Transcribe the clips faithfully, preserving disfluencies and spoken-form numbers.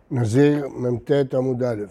נזיר מ"ט עמוד א'.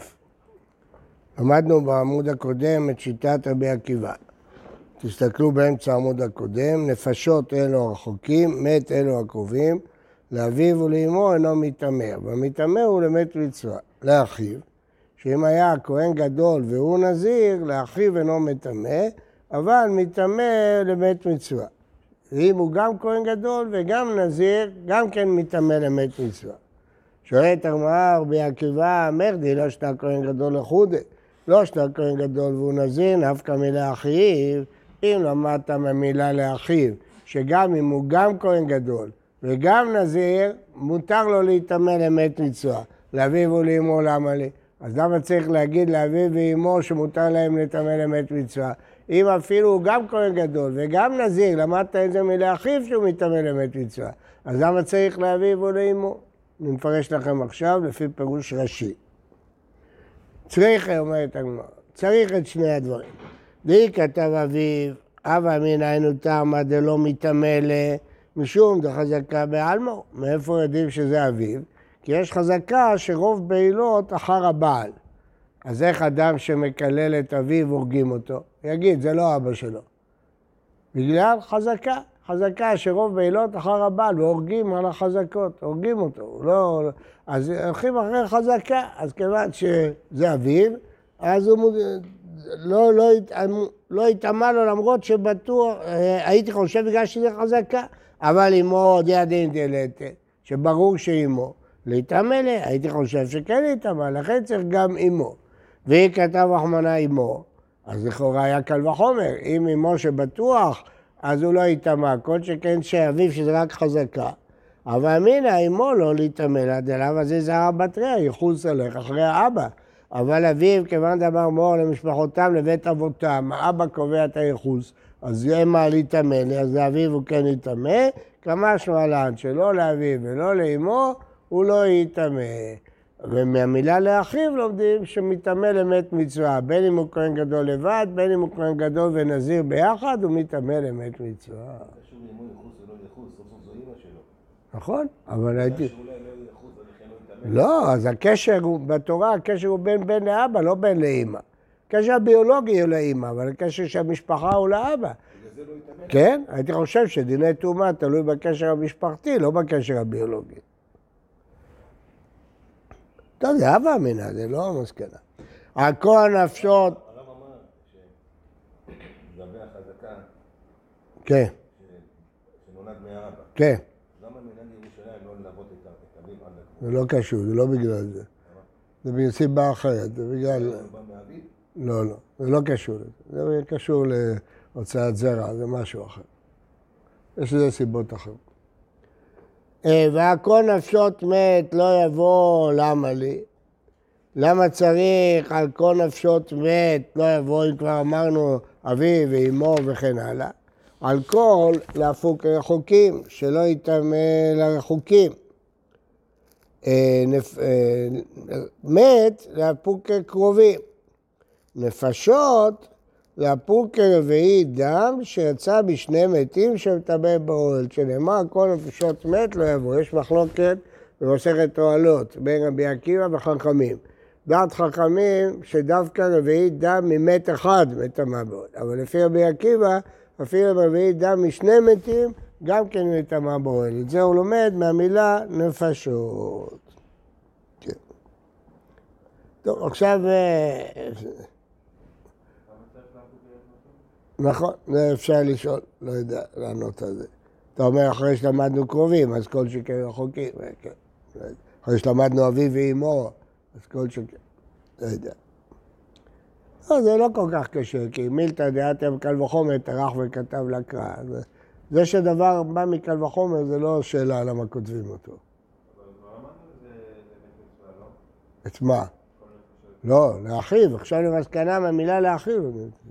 למדנו בעמוד הקודם את שיטת רבי עקיבא. תסתכלו באמצע העמוד הקודם, נפשות אלו הרחוקים, מת אלו הקרובים, לאביו ולאמו אינו מתעמר, והמתעמר הוא למת מצווה. לאחיו, שאם היה כהן גדול והוא נזיר, לאחיו אינו מתעמר, אבל מתעמר למת מצווה. ואם הוא גם כהן גדול וגם נזיר, גם כן מתעמר למת מצווה. שואלת הגמרא רבי עקיבא, מרדי, לא שאתה כהן גדול לחודי, לא שאתה כהן גדול והוא נזיר, נפקא מלאחיו, אם למדת מהמילה לאחיו, שגם אם הוא גם כהן גדול וגם נזיר, מותר לו להתעמר למת מצווה. לאביו ולאמו למה לי? אז למה צריך להגיד לאביו ואמו שמותר להם להתעמר למת מצווה? אם אפילו הוא גם כהן גדול וגם נזיר, למדת את זה מלאחיו שהוא מתעמר למת מצווה. אז למה צריך לאביו ולאמו? אני מפרש לכם עכשיו לפי פירוש רש"י. צריך, אומרת הגמרא, צריך את שני הדברים. די כתב אביו, הווה אמינא היינו תרמא דלא מתעמר משום דחזקה בעלמו. מאיפה יודעים שזה אביו? כי יש חזקה שרוב בעילות אחר הבעל. אז איך אדם שמקלל את אביו הורגים אותו? יגיד, זה לא אבא שלו. בגלל חזקה. חזקה שרוב בעילות אחר הבעל, והורגים על החזקות, הורגים אותו. לא, אז הולכים אחרי חזקה, אז כיוון שזה אביו, אז הוא לא, לא, לא התאמה לו, למרות שבטוח, הייתי חושב בגלל שזה חזקה, אבל אמו עוד ידין דלת, שברור שאמו, להתאמה לי, הייתי חושב שכן להתאמה, לכן צריך גם אמו. והיא כתב רחמנא אמו, אז לכאורה היה קל וחומר, אם אמו שבטוח, אז הוא לא יתאמה, כל שכן שאביו שזה רק חזקה. אבל אמינא, אמו לא להתאמה לה, דלאו הזה זרע בתריה, ייחוס הולך אחרי האבא. אבל אביו, כיוון דבר מור למשפחותם לבית אבותם, האבא קובע את הייחוס, אז אמה להתאמה לי, אז לאביו הוא כן יתאמה, כמה שמלן שלא לאביו ולא לאמו, הוא לא יתאמה. ומהמילה לאחיו לומדים שמתאמא למת מצווה, בין אם הוא כהן גדול לבד, בין אם הוא כהן גדול ונזיר ביחד, הוא מתאמא למת מצווה. קשור לאמו ייחוס ולא ייחוס, סוף סוף זו אמא שלו. נכון, אבל הייתי... קשור להם לא ייחוס, ולכן לא יתאמא. לא, אז הקשר הוא, בתורה הקשר הוא בין בן לאבא, לא בין לאמא. הקשר הביולוגי הוא לאמא, אבל הקשר של המשפחה הוא לאבא. בגלל זה לא יתאמא. כן, הייתי חושב שדיני תאומה תלוי בקשר המשפחתי, לא בקשר הביולוגי. טוב, זה הווה אמינא, זה לא המסקנה. על כל הנפשות... הרב אמר שלגבי החזקה, כן, שנולד מהאבא, כן, למה מנהג ירושלים לא ללוות את אביו עד זה לא קשור, זה לא בגלל זה. זה בגלל סיבה אחרת, זה בגלל... הוא בא מאביו? לא, לא, זה לא קשור לזה. זה קשור להוצאת זרע, זה משהו אחר. יש לזה סיבות אחרות. והכל נפשות מת לא יבוא, למה לי? למה צריך על כל נפשות מת לא יבוא, אם כבר אמרנו אביו ואמו וכן הלאה? על כל להפוק רחוקים, שלא יתאמא לרחוקים. מת להפוק קרובים. נפשות להפוק רביעי דם שיצא בשני מתים שמטמא באוהל, שנאמר כל נפשות מת לא יבוא. יש מחלוקת במסכת אוהלות בין רבי עקיבא וחכמים. דעת חכמים שדווקא רביעי דם ממת אחד מטמא באוהל, אבל לפי רבי עקיבא אפילו רביעי דם משני מתים גם כן מטמא באוהל. את זה הוא לומד מהמילה נפשות. כן. טוב, עכשיו... נכון, זה אפשר לשאול, לא יודע לענות על זה. אתה אומר, אחרי שלמדנו קרובים, אז כל שכן רחוקים, כן. אחרי שלמדנו אביו ואמו, אז כל שכן, לא יודע. לא, זה לא כל כך קשה, כי מילתא דעתם קל וחומר טרח וכתב לקרא. זה שדבר בא מקל וחומר, זה לא שאלה למה כותבים אותו. אבל כבר אמרנו את זה לבית מצווה, לא? את מה? לא, לאחיו, עכשיו למסקנה מהמילה לאחיו.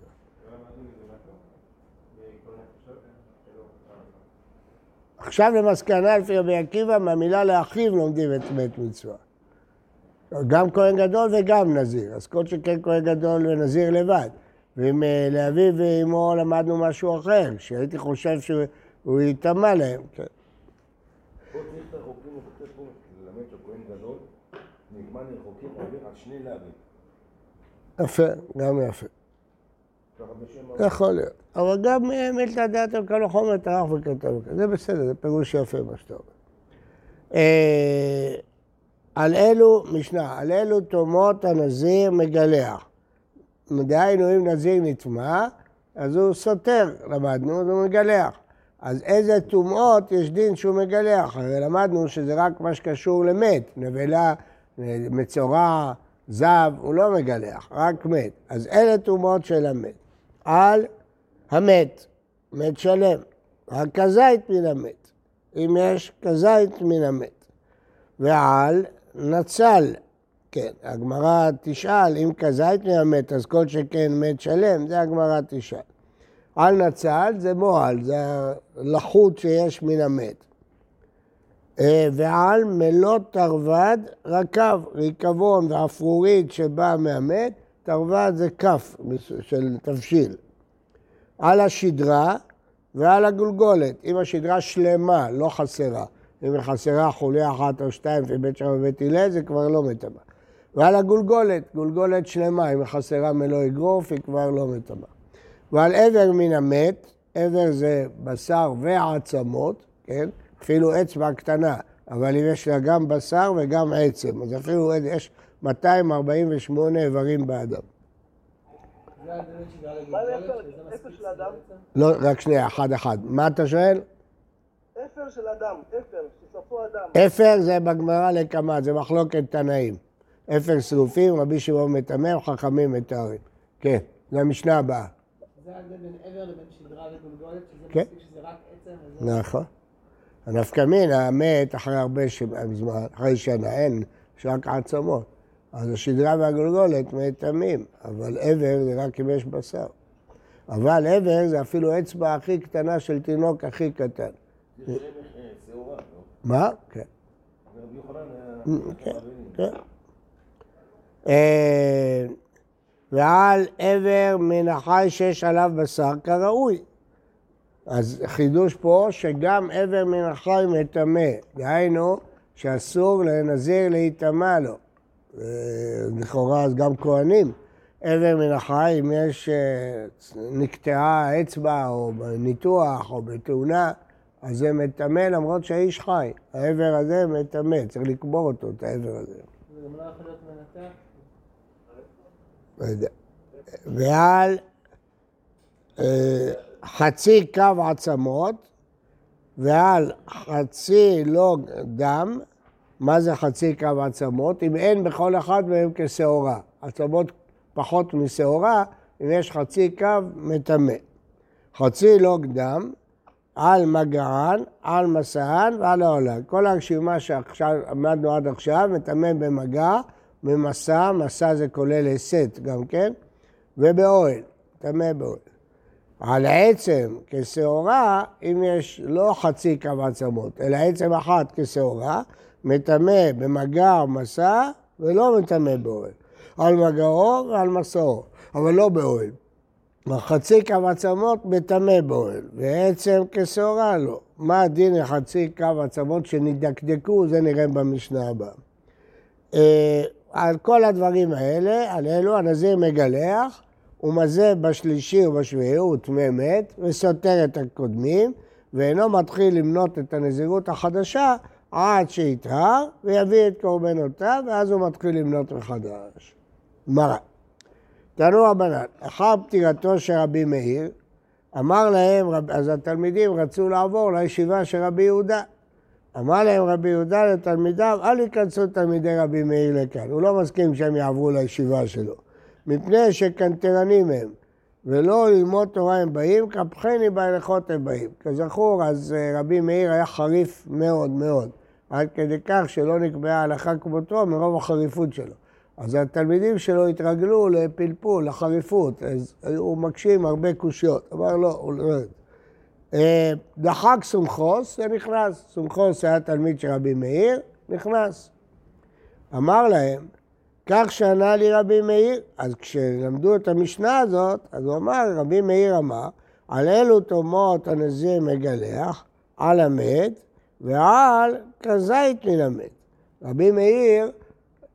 עכשיו למסקנה לפי רבי עקיבא, מהמילה לאחיו לומדים את מת מצווה. גם כהן גדול וגם נזיר, אז כל שכן כהן גדול ונזיר לבד. ואם לאביו ואמו למדנו משהו אחר, שהייתי חושב שהוא יתאמא להם. כן. פה צריך את החוקרים לבתי פה, ללמד שכהן גדול נגמר רחוקים להעביר על שני להבים. יפה, גם יפה. יכול להיות. אבל גם מילתא דעתו כל החומר טרח וכתוב. זה בסדר, זה פירוש יפה מה שאתה אומר. על אלו, משנה, על אלו תומות הנזיר מגלח. דהיינו, אם נזיר נטמא, אז הוא סותר, למדנו, אז הוא מגלח. אז איזה טומאות יש דין שהוא מגלח? הרי למדנו שזה רק מה שקשור למת, נבלה, מצורע, זב, הוא לא מגלח, רק מת. אז אלה טומאות של המת. על המת, מת שלם, רק כזית מן המת, אם יש כזית מן המת. ועל נצל, כן, הגמרא תשאל, אם כזית מן המת, אז כל שכן מת שלם, זה הגמרא תשאל. על נצל זה מועל, זה הלחות שיש מן המת. ועל מלות תרווד רקב, ריקבון ואפרורית שבא מהמת, תרווד זה כף של תבשיל. על השדרה ועל הגולגולת, אם השדרה שלמה, לא חסרה. אם היא חסרה חוליה אחת או שתיים ובית שם ובית הלל, זה כבר לא מטמא. ועל הגולגולת, גולגולת שלמה, אם היא חסרה מלוא אגרוף, היא כבר לא מטמא. ועל עבר מן המת, עבר זה בשר ועצמות, כן? אפילו אצבע קטנה, אבל אם יש לה גם בשר וגם עצם, אז אפילו יש מאתיים ארבעים ושמונה איברים באדם. מה אפר של אדם? לא, רק שנייה, אחד אחד. מה אתה שואל? אפר של אדם, אפר, שסופו אדם. אפר זה בגמרא לקמה, זה מחלוקת תנאים. אפר שרופים, רבי שמעון מטמא, חכמים מתארים. כן, זה המשנה הבאה. זה ההבדל בין עבר לבין שדרה וגולגולת, שזה כן. מספיק שזה רק עצם. נכון. הנפקא מינה מת אחרי הרבה זמן, אחרי שנה, אין, יש רק עצמות. אז השדרה והגולגולת מטמאים, אבל עבר זה רק אם יש בשר. אבל עבר זה אפילו אצבע הכי קטנה של תינוק הכי קטן. זה שעורה, לא? מה? כן. רבי יוחנן כן, כן. ועל עבר מן החי שיש עליו בשר כראוי. אז חידוש פה שגם עבר מן החי מטמא, דהיינו שאסור לנזיר להיטמא לו. לכאורה אז גם כהנים, עבר מן החי, אם יש נקטעה אצבע או בניתוח או בתאונה, אז זה מטמא למרות שהאיש חי. העבר הזה מטמא, צריך לקבור אותו, את העבר הזה. זה גם לא יכול להיות מנתח? לא יודע. ועל חצי קו עצמות ועל חצי לוג דם, מה זה חצי קו עצמות? אם אין בכל אחד מהם כשעורה. עצמות פחות משעורה, אם יש חצי קו מטמא. חצי לוג דם, על מגען, על מסען ועל העולה. כל הרשימה שעכשיו עמדנו עד עכשיו, מטמא במגע, במסע, מסע זה כולל הסת גם כן, ובאוהל, מטמא באוהל. על העצם כשעורה, אם יש לא חצי קו עצמות, אלא עצם אחת כשעורה, מטמא במגע או מסע, ולא מטמא באוהל. על מגעו ועל מסעו, אבל לא באוהל. חצי קו עצמות מטמא באוהל, ועצם כשעורה לא. מה הדין לחצי קו עצמות שנדקדקו, זה נראה במשנה הבאה. על כל הדברים האלה, על אלו הנזיר מגלח, הוא מזה בשלישי ובשביעי, הוא טמא מת, וסותר את הקודמים, ואינו מתחיל למנות את הנזירות החדשה עד שיטהר, ויביא את קורבנותיו, ואז הוא מתחיל למנות מחדש. מראה. תנו רבנן, אחר פטירתו של רבי מאיר, אמר להם, אז התלמידים רצו לעבור לישיבה של רבי יהודה. אמר להם רבי יהודה לתלמידיו, אל ייכנסו תלמידי רבי מאיר לכאן. הוא לא מסכים שהם יעברו לישיבה שלו. מפני שקנטרנים הם, ולא ללמוד תורה הם באים, קפחני בהלכות הם באים. כזכור, אז רבי מאיר היה חריף מאוד מאוד, עד כדי כך שלא נקבעה הלכה כמותו מרוב החריפות שלו. אז התלמידים שלו התרגלו לפלפול, לחריפות, אז הוא מקשים הרבה קושיות. אמר לו, הוא לא יודע. דחק סומכוס, זה נכנס. סומכוס היה תלמיד של רבי מאיר, נכנס. אמר להם, כך שענה לי רבי מאיר, אז כשלמדו את המשנה הזאת, אז הוא אמר, רבי מאיר אמר, על אלו תומות הנזיר מגלח, על המת, ועל כזית מן המת. רבי מאיר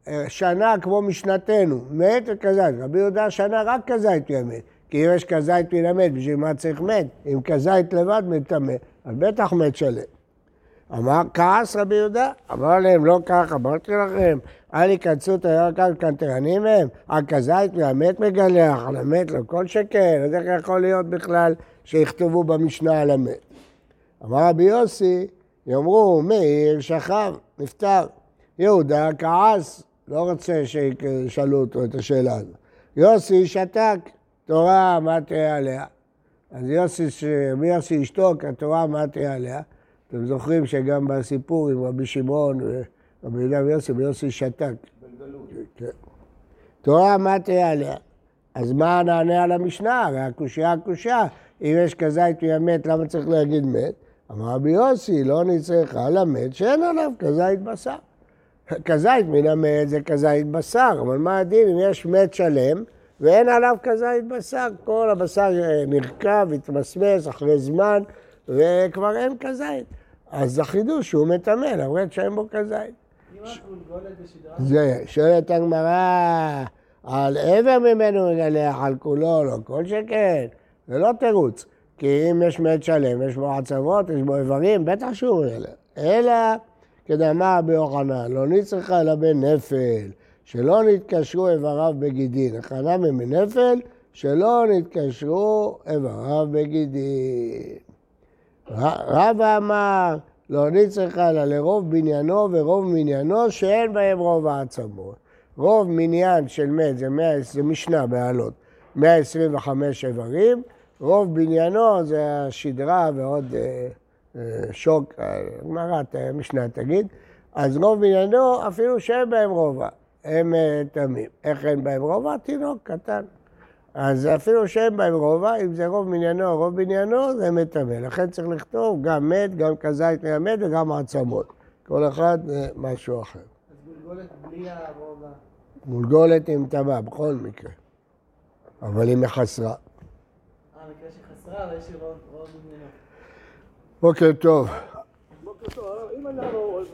שנה כמו משנתנו, מת וכזית. רבי יהודה שנה רק כזית הוא ימת, כי אם יש כזית הוא ילמד, בשביל מה צריך מת? אם כזית לבד מטמא, אז בטח מת שלם. אמר, כעס רבי יהודה, אמר להם, לא כך, אמרתי לכם, אל יקצו את הירקן קנטרנים מהם, הכזית והמת מגלח, על המת לא כל שכן, אז איך יכול להיות בכלל שיכתבו במשנה על המת? אמר רבי יוסי, יאמרו, מאיר שכב, נפטר. יהודה כעס, לא רוצה שישאלו אותו את השאלה הזו. יוסי שתק, תורה מה תהיה עליה. אז יוסי, מי יוסי ישתוק, התורה מה תהיה עליה. אתם זוכרים שגם בסיפור עם רבי שמעון ורבי יהודה ויוסי, ויוסי שתק. בגלות. תורה מה תהיה עליה. אז מה נענה על המשנה? הרי הקושיה הקושיה, אם יש כזית וימת, למה צריך להגיד מת? אמר רבי יוסי, לא נצטרך על המת שאין עליו כזית בשר. כזית מן המת זה כזית בשר, אבל מה הדין אם יש מת שלם ואין עליו כזית בשר? כל הבשר נרקב, התמסמס אחרי זמן וכבר אין כזית. אז החידוש שהוא מטמא, למרות שאין בו כזית. זה, שואלת הגמרא, על עבר ממנו מגלח, על כולו, לא כל שכן. זה לא תירוץ, כי אם יש מת שלם, יש בו עצבות, יש בו איברים, בטח שהוא מגלח. אלא, כדאמר רבי יוחנן, לא נצטרך אלא בנפל, שלא נתקשרו איבריו בגידין. הכנה מנפל, שלא נתקשרו איבריו בגידין. רבא אמר, לא נצטרך אלא לרוב בניינו ורוב מניינו שאין בהם רוב העצמות. רוב מניין של מת, זה, זה משנה בעלות, מאה עשרים וחמש איברים, רוב בניינו זה השדרה ועוד אה, אה, שוק, גמרת אה, משנה תגיד, אז רוב בניינו אפילו שאין בהם רובע, הם אה, תמים. איך אין בהם רובע? תינוק קטן. אז אפילו שאין בהם רובע, אם זה רוב מניינו, רוב בניינו, זה מטמא. לכן צריך לכתוב גם מת, גם כזית מהמת וגם עצמות. כל אחד זה משהו אחר. אז גולגולת בלי הרובע? גולגולת עם טמא, בכל מקרה. אבל היא מחסרה. אה, מקרה שחסרה, אבל יש לי רוב מניינו. בוקר טוב. בוקר טוב, אם אנחנו